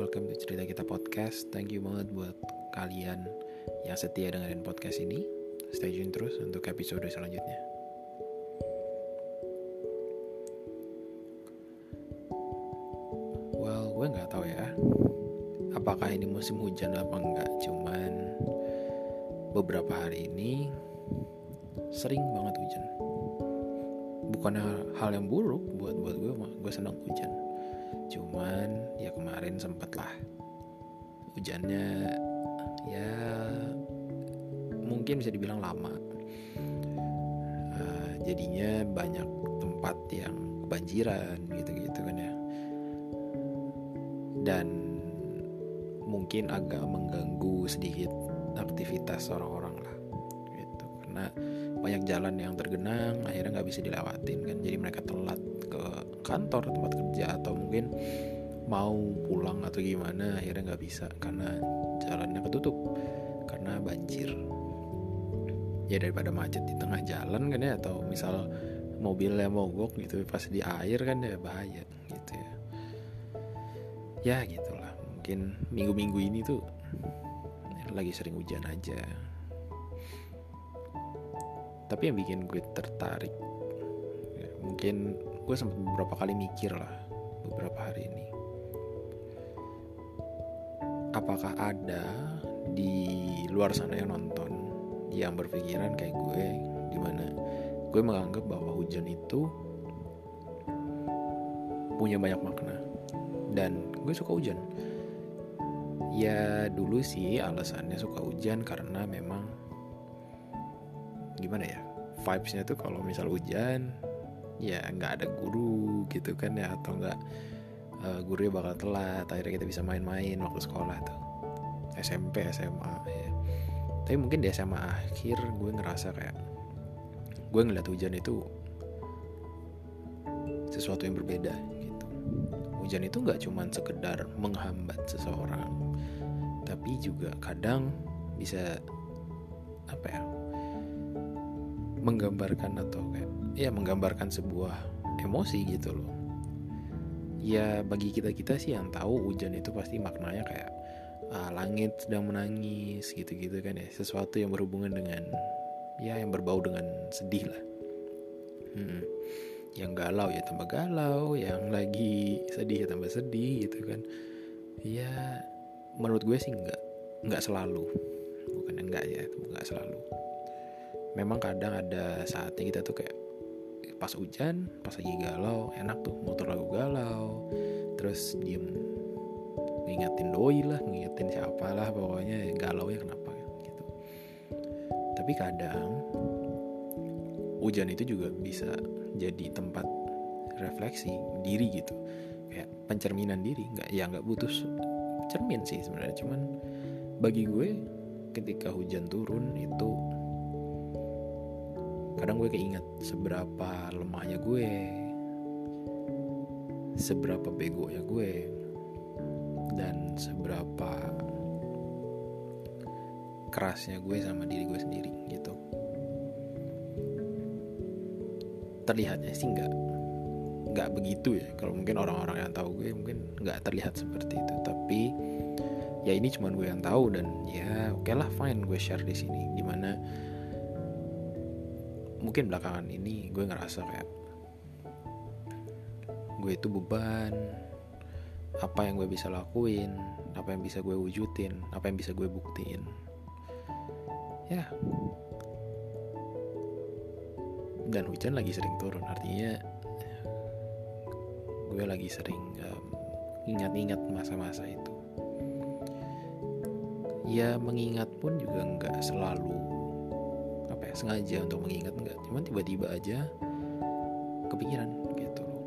welcome to Cerita Kita Podcast. Thank you banget buat kalian yang setia dengerin podcast ini. Stay tune terus untuk episode selanjutnya. Well, gue gak tahu ya apakah ini musim hujan apa enggak. Cuman beberapa hari ini sering banget hujan. Bukannya hal yang buruk buat gue senang hujan. Cuman ya kemarin sempet lah hujannya ya mungkin bisa dibilang lama. Jadinya banyak tempat yang kebanjiran gitu-gitu kan ya. Dan mungkin agak mengganggu sedikit aktivitas orang-orang lah gitu. Karena banyak jalan yang tergenang, akhirnya nggak bisa dilewatin kan. Jadi mereka telat ke kantor, tempat kerja, atau mungkin mau pulang atau gimana, akhirnya nggak bisa karena jalannya ketutup karena banjir. Ya daripada macet di tengah jalan kan ya, atau misal mobilnya mogok gitu pas di air kan ya bahaya gitu ya. Ya gitulah, mungkin minggu-minggu ini tuh lagi sering hujan aja. Tapi yang bikin gue tertarik ya, mungkin gue sempat beberapa kali mikir lah beberapa hari ini, apakah ada di luar sana yang nonton yang berpikiran kayak gue, dimana gue menganggap bahwa hujan itu punya banyak makna dan gue suka hujan. Ya dulu sih alasannya suka hujan karena memang gimana ya, vibes-nya tuh kalau misal hujan ya nggak ada guru gitu kan ya, atau nggak gurunya bakal telat, akhirnya kita bisa main-main waktu sekolah tuh SMP SMA ya. Tapi mungkin di SMA akhir gue ngerasa kayak gue ngeliat hujan itu sesuatu yang berbeda gitu. Hujan itu nggak cuman sekedar menghambat seseorang, tapi juga kadang bisa menggambarkan atau kayak ya menggambarkan sebuah emosi gitu loh. Ya bagi kita sih yang tahu hujan itu pasti maknanya kayak langit sedang menangis gitu-gitu kan ya, sesuatu yang berhubungan dengan ya yang berbau dengan sedih lah. Yang galau ya tambah galau, yang lagi sedih ya tambah sedih gitu kan. Ya menurut gue sih nggak selalu, bukan enggak ya, nggak selalu. Memang kadang ada saatnya kita tuh kayak pas hujan, pas lagi galau, enak tuh muter lagu galau, terus diem ngingetin doi lah, ngingetin siapa lah, pokoknya galau ya kenapa gitu. Tapi kadang hujan itu juga bisa jadi tempat refleksi diri gitu, kayak pencerminan diri. Nggak butuh cermin sih sebenarnya, cuman bagi gue ketika hujan turun itu kadang gue keinget seberapa lemahnya gue, seberapa begonya gue, dan seberapa kerasnya gue sama diri gue sendiri gitu. Terlihatnya sih nggak begitu ya. Kalau mungkin orang-orang yang tahu gue mungkin nggak terlihat seperti itu. Tapi ya ini cuma gue yang tahu, dan ya oke lah, fine, gue share di sini. Dimana mungkin belakangan ini gue ngerasa kayak gue itu beban. Apa yang gue bisa lakuin, apa yang bisa gue wujudin, apa yang bisa gue buktiin. Ya. Dan hujan lagi sering turun, artinya gue lagi sering ingat-ingat masa-masa itu. Ya mengingat pun juga nggak selalu sengaja untuk mengingat, enggak, cuman tiba-tiba aja kepikiran gitu loh.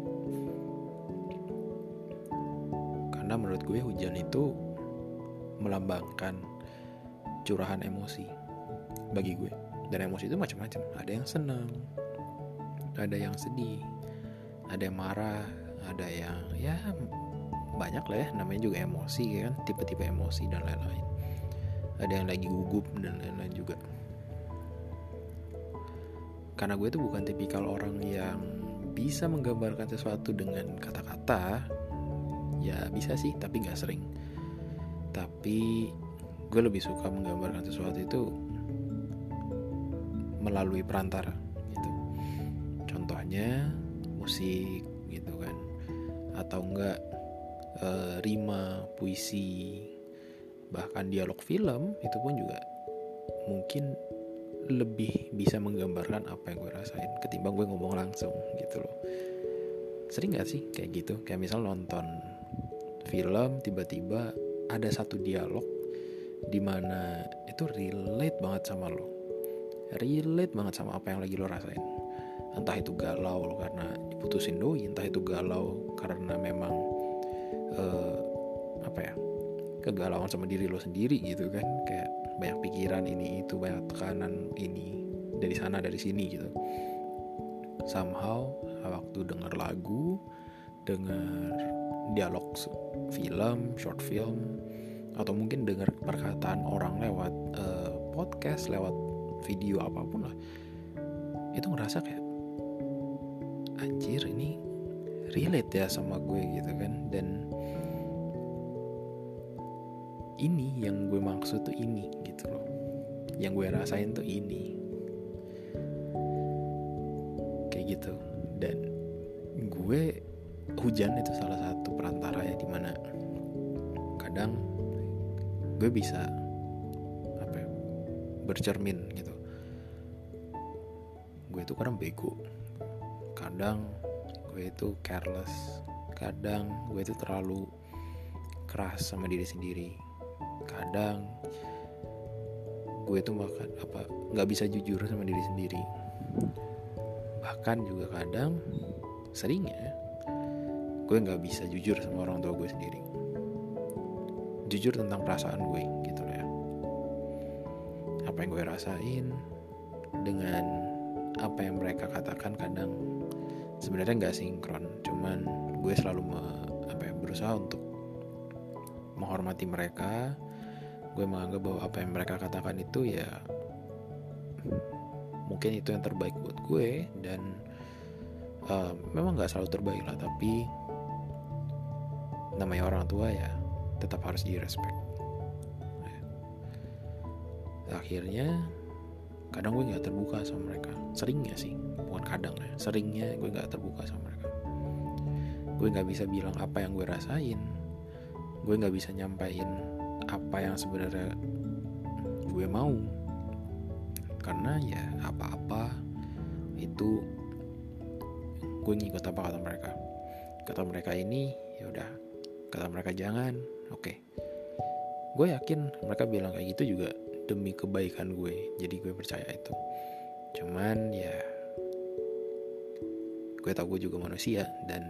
Karena menurut gue hujan itu melambangkan curahan emosi bagi gue. Dan emosi itu macam-macam, ada yang senang, ada yang sedih, ada yang marah, ada yang ya banyak lah ya, namanya juga emosi kan, tipe-tipe emosi dan lain-lain. Ada yang lagi gugup dan lain-lain juga. Karena gue tuh bukan tipikal orang yang bisa menggambarkan sesuatu dengan kata-kata, Ya bisa sih, tapi gak sering. Tapi gue lebih suka menggambarkan sesuatu itu melalui perantara gitu. Contohnya musik gitu kan, atau enggak rima, puisi, bahkan dialog film itu pun juga mungkin lebih bisa menggambarkan apa yang gue rasain ketimbang gue ngomong langsung gitu loh. Sering gak sih kayak gitu? Kayak misal nonton film, tiba-tiba ada satu dialog dimana itu relate banget sama lo, relate banget sama apa yang lagi lo rasain. Entah itu galau karena diputusin doi, entah itu galau karena memang kegalauan sama diri lo sendiri gitu kan, kayak banyak pikiran ini itu, banyak tekanan ini dari sana dari sini gitu. Somehow waktu denger lagu, denger dialog film, short film, atau mungkin denger perkataan orang lewat podcast, lewat video apapun lah, itu ngerasa kayak anjir ini relate ya sama gue gitu kan. Dan ini yang gue maksud tuh ini gitu loh, yang gue rasain tuh ini, kayak gitu. Dan gue, hujan itu salah satu perantara ya, dimana kadang gue bisa bercermin gitu. Gue itu kadang bego, kadang gue itu careless, kadang gue itu terlalu keras sama diri sendiri, kadang gue itu nggak bisa jujur sama diri sendiri. Bahkan juga kadang, seringnya gue nggak bisa jujur sama orang tua gue sendiri, jujur tentang perasaan gue gitu loh ya. Apa yang gue rasain dengan apa yang mereka katakan kadang sebenarnya nggak sinkron. Cuman gue selalu berusaha untuk menghormati mereka. Gue menganggap bahwa apa yang mereka katakan itu ya mungkin itu yang terbaik buat gue. Dan memang gak selalu terbaik lah, tapi namanya orang tua ya tetap harus di-respect. Akhirnya kadang gue gak terbuka sama mereka. Seringnya sih, bukan kadang ya, seringnya gue gak terbuka sama mereka. Gue gak bisa bilang apa yang gue rasain, gue gak bisa nyampain apa yang sebenarnya gue mau, karena ya apa-apa itu gue ngikut apa kata mereka. Kata mereka ini ya udah, kata mereka jangan, oke. Gue yakin mereka bilang kayak gitu juga demi kebaikan gue, jadi gue percaya itu. Cuman ya gue tahu gue juga manusia, dan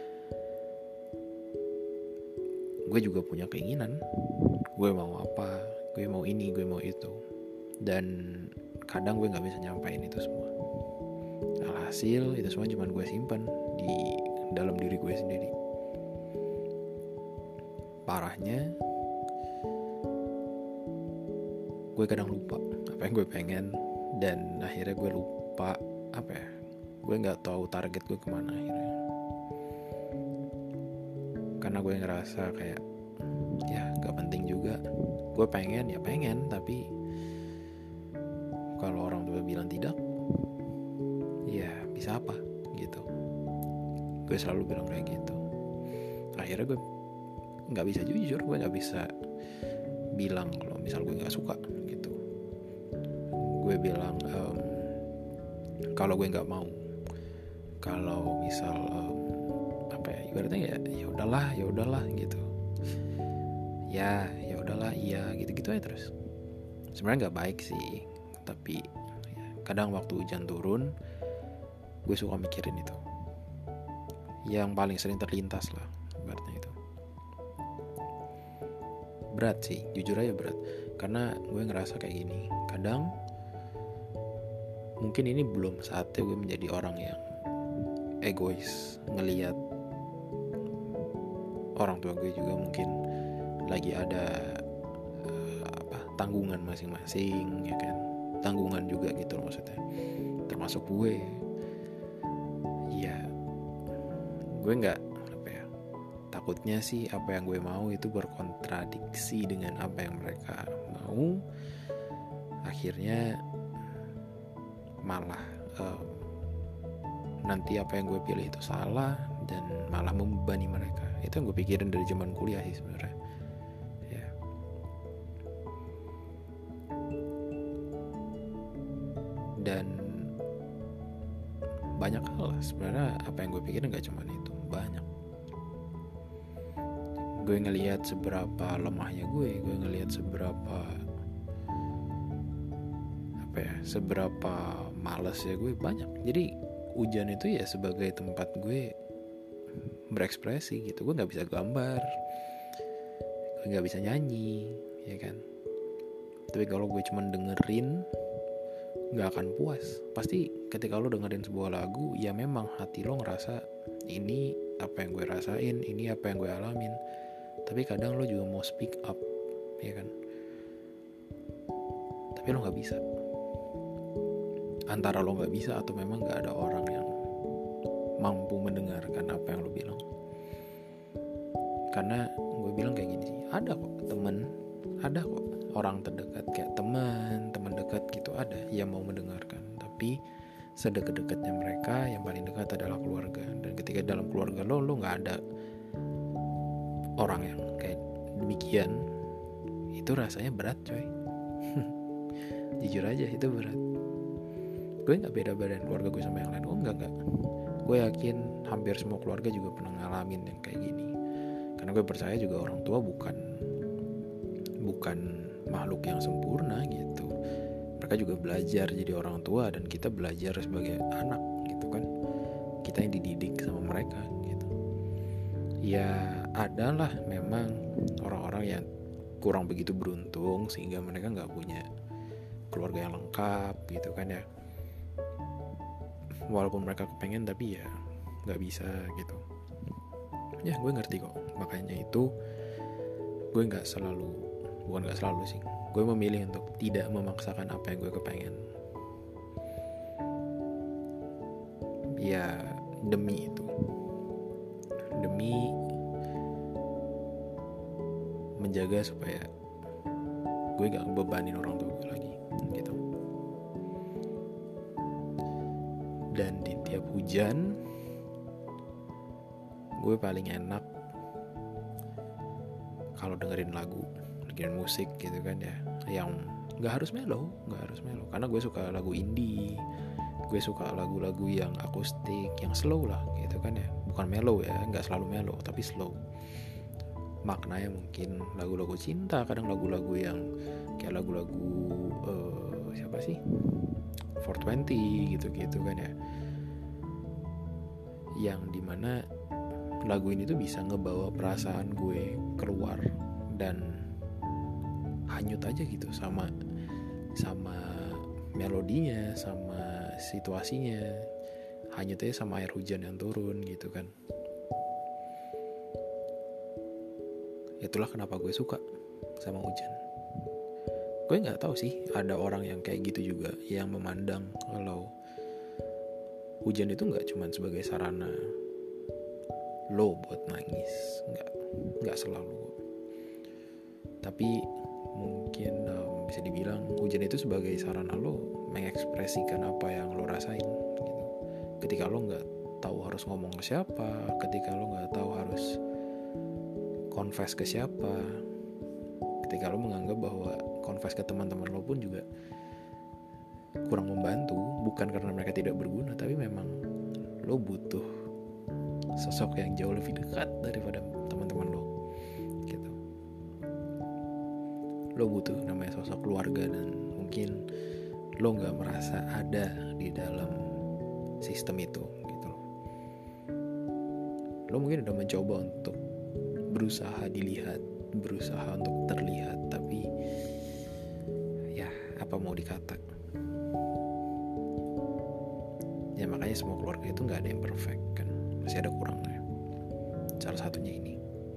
gue juga punya keinginan. Gue mau apa, gue mau ini, gue mau itu, dan kadang gue gak bisa nyampain itu semua. Alhasil itu semua cuma gue simpan di dalam diri gue sendiri. Parahnya, gue kadang lupa apa yang gue pengen, dan akhirnya gue lupa gue gak tahu target gue kemana akhirnya. Karena gue ngerasa kayak ya gak penting juga. Gue pengen ya pengen, tapi kalau orang tua bilang tidak, ya bisa apa gitu. Gue selalu bilang kayak gitu. Akhirnya gue gak bisa jujur, gue gak bisa bilang kalau misal gue gak suka gitu. Gue bilang kalau gue gak mau, kalau misal ibaratnya ya udahlah gitu. Ya udahlah, iya gitu aja terus. Sebenarnya nggak baik sih, tapi ya, kadang waktu hujan turun gue suka mikirin itu. Yang paling sering terlintas lah ibaratnya itu. Berat sih, jujur aja berat. Karena gue ngerasa kayak gini, kadang mungkin ini belum saatnya gue menjadi orang yang egois, ngelihat orang tua gue juga mungkin lagi ada tanggungan masing-masing, ya kan, tanggungan juga gitu maksudnya, termasuk gue. Ya gue nggak takutnya sih apa yang gue mau itu berkontradiksi dengan apa yang mereka mau, akhirnya malah nanti apa yang gue pilih itu salah dan malah membebani mereka. Itu yang gue pikirin dari zaman kuliah sih sebenarnya ya. Dan banyak hal lah sebenarnya, apa yang gue pikirin gak cuma itu, banyak. Gue ngelihat seberapa lemahnya gue ngelihat seberapa males ya gue, banyak. Jadi hujan itu ya sebagai tempat gue berekspresi gitu. Gue nggak bisa gambar, gue nggak bisa nyanyi, ya kan. Tapi kalau gue cuma dengerin, nggak akan puas. Pasti ketika lo dengerin sebuah lagu, ya memang hati lo ngerasa ini apa yang gue rasain, ini apa yang gue alamin. Tapi kadang lo juga mau speak up, ya kan. Tapi lo nggak bisa. Antara lo nggak bisa atau memang nggak ada orang yang mampu mendengarkan apa yang lo bilang. Karena gue bilang kayak gini sih, ada kok temen, ada kok orang terdekat kayak teman dekat gitu, ada yang mau mendengarkan. Tapi sedekat-dekatnya mereka, yang paling dekat adalah keluarga. Dan ketika dalam keluarga lo nggak ada orang yang kayak demikian, itu rasanya berat coy. Jujur aja itu berat. Gue gak beda-bedain keluarga gue sama yang lain. Oh enggak. Gue yakin hampir semua keluarga juga pernah ngalamin yang kayak gini. Karena gue percaya juga orang tua bukan makhluk yang sempurna gitu. Mereka juga belajar jadi orang tua, dan kita belajar sebagai anak gitu kan. Kita yang dididik sama mereka gitu. Ya adalah memang orang-orang yang kurang begitu beruntung sehingga mereka gak punya keluarga yang lengkap gitu kan ya. Walaupun mereka kepengen tapi ya gak bisa gitu. Ya gue ngerti kok. Makanya itu gue bukan gak selalu sih, gue memilih untuk tidak memaksakan apa yang gue kepengen. Ya demi itu, demi menjaga supaya gue gak bebanin orang tua gue lagi gitu. Dan di tiap hujan, gue paling enak kalau dengerin musik gitu kan ya, yang nggak harus mellow. Karena gue suka lagu indie, gue suka lagu-lagu yang akustik, yang slow lah gitu kan ya. Bukan mellow ya, nggak selalu mellow, tapi slow. Maknanya mungkin lagu-lagu cinta, kadang lagu-lagu yang kayak lagu-lagu siapa sih, 420 gitu-gitu kan ya, yang dimana lagu ini tuh bisa ngebawa perasaan gue keluar dan hanyut aja gitu sama melodinya, sama situasinya, hanyut aja sama air hujan yang turun gitu kan. Itulah kenapa gue suka sama hujan. Gue nggak tahu sih, ada orang yang kayak gitu juga, yang memandang kalau hujan itu nggak cuma sebagai sarana lo buat nangis, nggak selalu. Tapi mungkin bisa dibilang hujan itu sebagai sarana lo mengekspresikan apa yang lo rasain gitu. Ketika lo nggak tahu harus ngomong ke siapa, ketika lo nggak tahu harus confess ke siapa, ketika lo menganggap bahwa confess ke teman-teman lo pun juga kurang membantu, bukan karena mereka tidak berguna, tapi memang lo butuh sosok yang jauh lebih dekat daripada teman-teman lo gitu. Lo butuh namanya sosok keluarga, dan mungkin lo nggak merasa ada di dalam sistem itu gitu loh. Lo mungkin udah mencoba untuk berusaha dilihat, berusaha untuk terlihat, tapi ya apa mau dikata. Ya makanya semua keluarga itu nggak ada yang perfect kan, masih ada kurangnya. Salah satunya ini.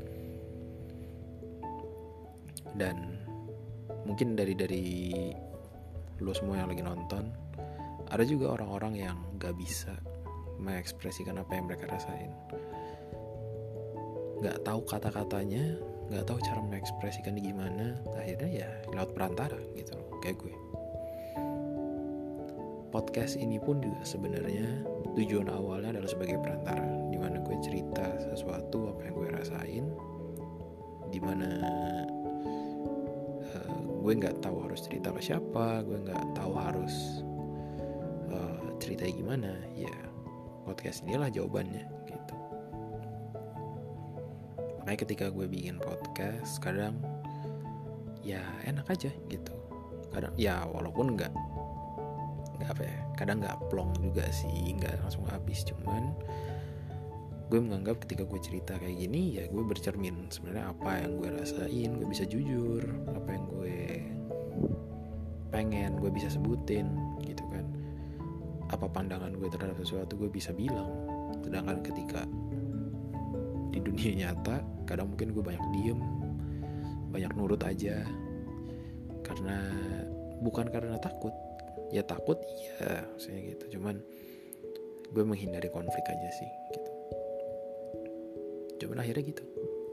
Dan mungkin dari lo semua yang lagi nonton, ada juga orang-orang yang gak bisa mengekspresikan apa yang mereka rasain. nggak tahu kata-katanya, nggak tahu cara mengekspresikan gimana, akhirnya ya lewat perantara gitu loh, kayak gue. Podcast ini pun juga sebenarnya tujuan awalnya adalah sebagai perantara, dimana gue cerita sesuatu apa yang gue rasain, dimana gue nggak tahu harus cerita ke siapa, gue nggak tahu harus cerita gimana. Ya podcast inilah jawabannya gitu. Makanya ketika gue bikin podcast, kadang ya enak aja gitu. Kadang ya walaupun nggak apa ya, kadang nggak plong juga sih, nggak langsung habis. Cuman gue menganggap ketika gue cerita kayak gini, ya gue bercermin sebenarnya apa yang gue rasain, gue bisa jujur, apa yang gue pengen gue bisa sebutin gitu kan. Apa pandangan gue terhadap sesuatu gue bisa bilang. Sedangkan ketika di dunia nyata, kadang mungkin gue banyak diem, banyak nurut aja, karena bukan karena takut. Ya takut iya, maksudnya gitu. Cuman gue menghindari konflik aja sih gitu. Cuman akhirnya gitu.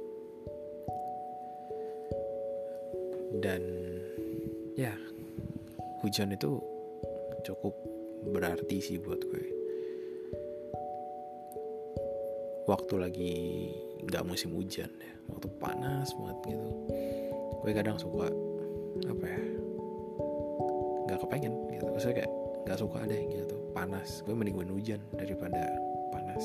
Dan ya hujan itu cukup berarti sih buat gue. Waktu lagi gak musim hujan ya, waktu panas banget gitu, gue kadang suka apa ya, gak kepengen gitu. Maksudnya kayak gak suka deh gitu, panas. Gue mending hujan daripada panas.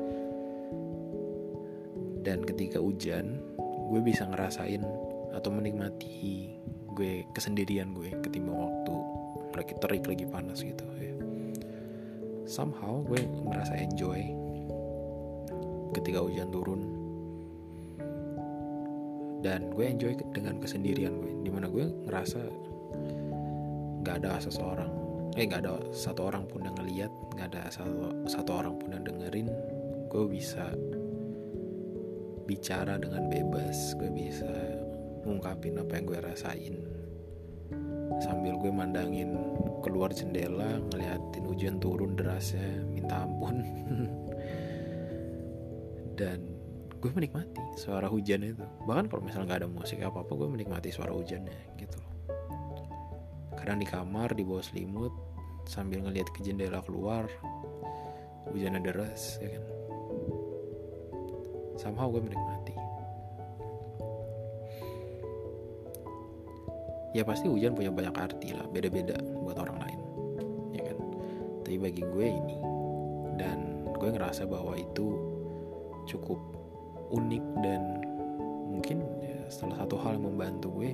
Dan ketika hujan, gue bisa ngerasain atau menikmati gue kesendirian gue ketimbang waktu lagi terik, lagi panas gitu ya. Somehow gue merasa enjoy ketika hujan turun, dan gue enjoy dengan kesendirian gue, dimana gue ngerasa gak ada gak ada satu orang pun yang ngeliat, gak ada satu orang pun yang dengerin. Gue bisa bicara dengan bebas, gue bisa ngungkapin apa yang gue rasain sambil gue mandangin keluar jendela, ngeliatin hujan turun derasnya minta ampun. Dan gue menikmati suara hujan itu. Bahkan kalau misalnya gak ada musik apa-apa, gue menikmati suara hujannya gitu. Kadang di kamar, di bawah selimut, sambil ngeliat ke jendela keluar, hujannya deras ya kan. Somehow gue menikmati. Ya pasti hujan punya banyak arti lah, beda-beda buat orang lain ya kan. Tapi bagi gue ini, dan gue ngerasa bahwa itu cukup unik dan mungkin ya salah satu hal yang membantu gue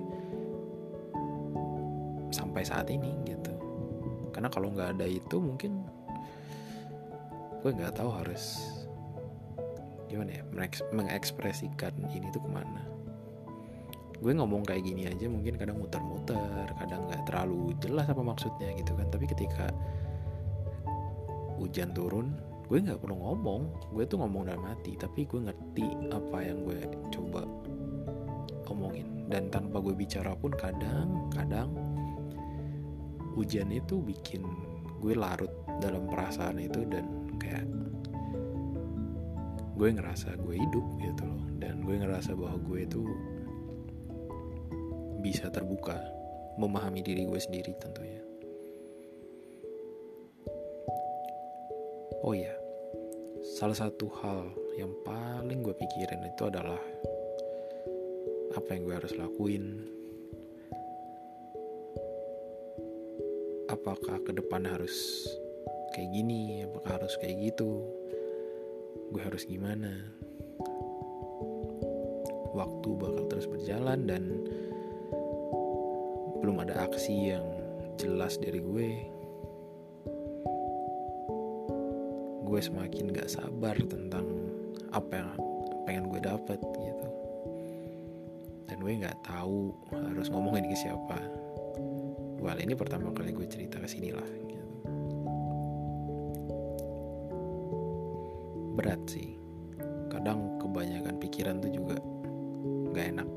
sampai saat ini gitu. Karena kalau nggak ada itu mungkin gue nggak tahu harus gimana ya mengekspresikan ini tuh kemana. Gue ngomong kayak gini aja mungkin kadang muter-muter, kadang nggak terlalu jelas apa maksudnya gitu kan. Tapi ketika hujan turun, gue nggak perlu ngomong, gue tuh ngomong dalam hati, tapi gue ngerti apa yang gue coba omongin. Dan tanpa gue bicara pun kadang hujan itu bikin gue larut dalam perasaan itu, dan kayak gue ngerasa gue hidup gitu loh. Dan gue ngerasa bahwa gue itu bisa terbuka, memahami diri gue sendiri tentunya. Oh iya, salah satu hal yang paling gue pikirin itu adalah apa yang gue harus lakuin. Apakah ke depan harus kayak gini, apakah harus kayak gitu, gue harus gimana. Waktu bakal terus berjalan dan belum ada aksi yang jelas dari gue. Gue semakin gak sabar tentang apa yang pengen gue dapat gitu. Dan gue gak tahu harus ngomongin ke siapa. Well, ini pertama kali gue cerita ke sini lah gitu. Berat sih. Kadang kebanyakan pikiran tuh juga gak enak.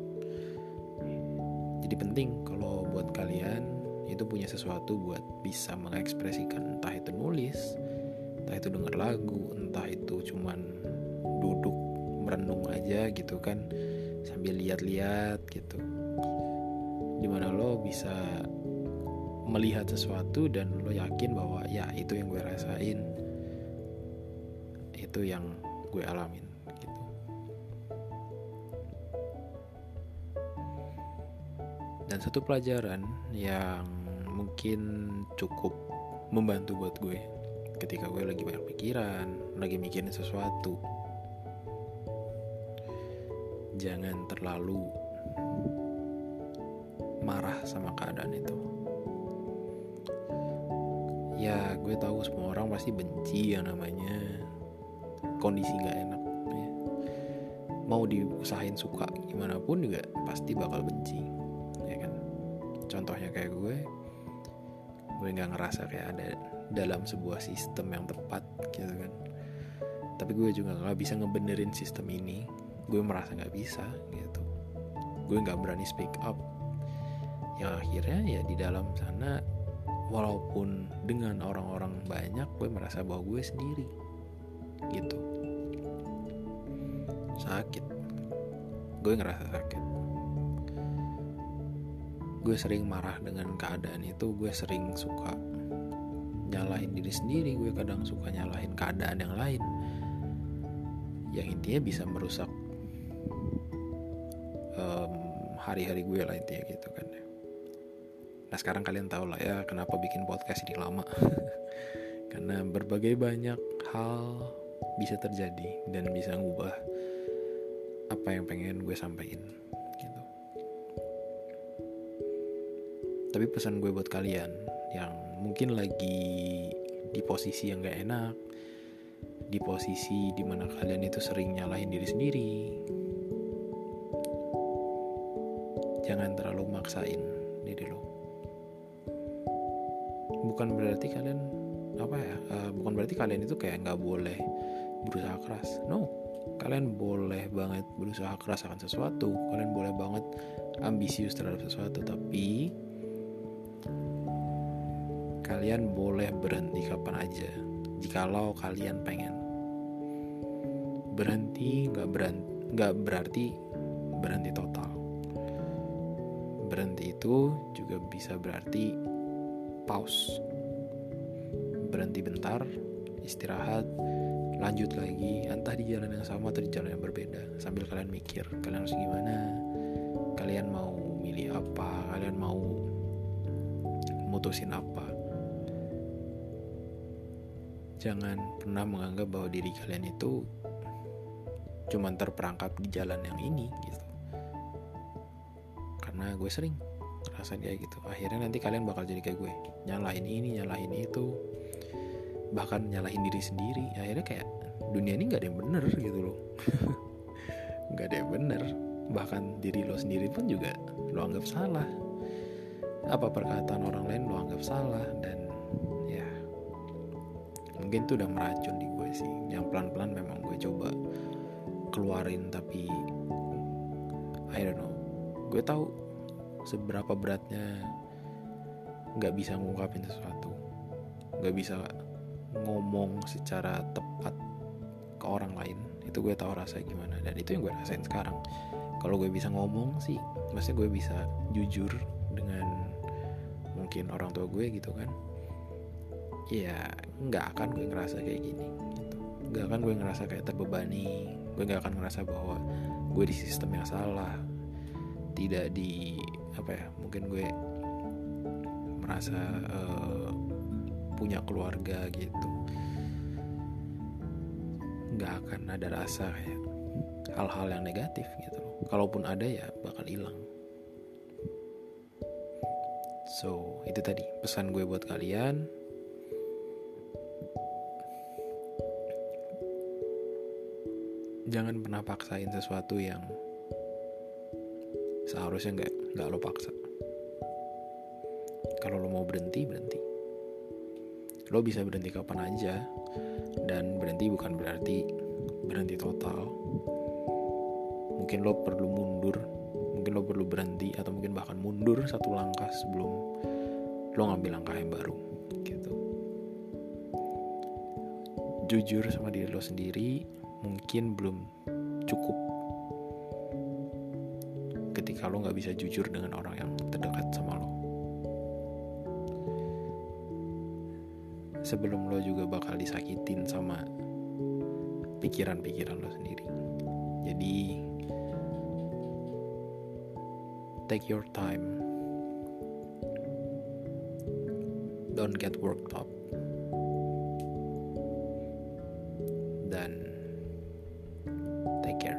Jadi penting kalau buat kalian itu punya sesuatu buat bisa mengekspresikan, entah itu nulis, entah itu denger lagu, entah itu cuman duduk merenung aja gitu kan, sambil lihat-lihat gitu, dimana lo bisa melihat sesuatu dan lo yakin bahwa ya itu yang gue rasain, itu yang gue alamin gitu. Dan satu pelajaran yang mungkin cukup membantu buat gue ketika gue lagi banyak pikiran, lagi mikirin sesuatu, jangan terlalu marah sama keadaan itu. Ya gue tahu semua orang pasti benci yang namanya kondisi gak enak ya. Mau diusahain suka gimana pun juga pasti bakal benci, ya kan. Contohnya kayak gue gak ngerasa kayak ada dalam sebuah sistem yang tepat gitu kan. Tapi gue juga gak bisa ngebenerin sistem ini. Gue merasa gak bisa gitu. Gue gak berani speak up. Yang akhirnya ya di dalam sana, walaupun dengan orang-orang banyak, gue merasa bahwa gue sendiri gitu. Sakit. Gue ngerasa sakit. Gue sering marah dengan keadaan itu. Gue sering suka nyalahin diri sendiri. Gue kadang suka nyalahin keadaan yang lain, yang intinya bisa merusak hari-hari gue lah intinya gitu kan. Nah sekarang kalian tahu lah ya kenapa bikin podcast ini lama. Karena berbagai banyak hal bisa terjadi dan bisa ngubah apa yang pengen gue sampaikan gitu. Tapi pesan gue buat kalian yang mungkin lagi di posisi yang gak enak, di posisi dimana kalian itu sering nyalahin diri sendiri, jangan terlalu maksain diri lo. Bukan berarti kalian bukan berarti kalian itu kayak nggak boleh berusaha keras. No, kalian boleh banget berusaha keras akan sesuatu. Kalian boleh banget ambisius terhadap sesuatu. Tapi kalian boleh berhenti kapan aja. Jikalau kalian pengen berhenti, nggak berarti berhenti total. Berhenti itu juga bisa berarti pause, berhenti bentar, istirahat, lanjut lagi, entah di jalan yang sama atau di jalan yang berbeda, sambil kalian mikir kalian harus gimana, kalian mau milih apa, kalian mau mutusin apa. Jangan pernah menganggap bahwa diri kalian itu cuma terperangkap di jalan yang ini gitu. Karena gue sering ngerasain kayak gitu. Akhirnya nanti kalian bakal jadi kayak gue, nyalahin ini, nyalahin itu, bahkan nyalahin diri sendiri. Akhirnya kayak dunia ini gak ada yang bener gitu loh. Gak ada yang bener. Bahkan diri lo sendiri pun juga lo anggap salah. Apa perkataan orang lain lo anggap salah. Dan ya mungkin itu udah meracun di gue sih. Yang pelan-pelan memang gue coba keluarin. Tapi I don't know, gue tahu seberapa beratnya gak bisa ngungkapin sesuatu, gak bisa ngomong secara tepat ke orang lain. Itu gue tahu rasanya gimana, dan itu yang gue rasain sekarang. Kalau gue bisa ngomong sih, maksudnya gue bisa jujur dengan mungkin orang tua gue gitu kan, ya gak akan gue ngerasa kayak gini gitu. Gak akan gue ngerasa kayak terbebani. Gue gak akan ngerasa bahwa gue di sistem yang salah, tidak di mungkin gue merasa punya keluarga gitu. Gak akan ada rasa kayak hal-hal yang negatif gitu loh. Kalaupun ada ya bakal hilang. So itu tadi pesan gue buat kalian. Jangan pernah paksain sesuatu yang seharusnya nggak lo paksa. Kalau lo mau berhenti, berhenti. Lo bisa berhenti kapan aja. Dan berhenti bukan berarti berhenti total. Mungkin lo perlu mundur, mungkin lo perlu berhenti, atau mungkin bahkan mundur satu langkah sebelum lo ngambil langkah yang baru gitu. Jujur sama diri lo sendiri. Mungkin belum cukup ketika lo gak bisa jujur dengan orang yang terdekat sama lo. Sebelum lo juga bakal disakitin sama pikiran-pikiran lo sendiri. Jadi take your time, don't get worked up, dan take care.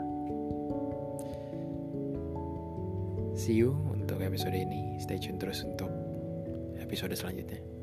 See you untuk episode ini. Stay tune terus untuk episode selanjutnya.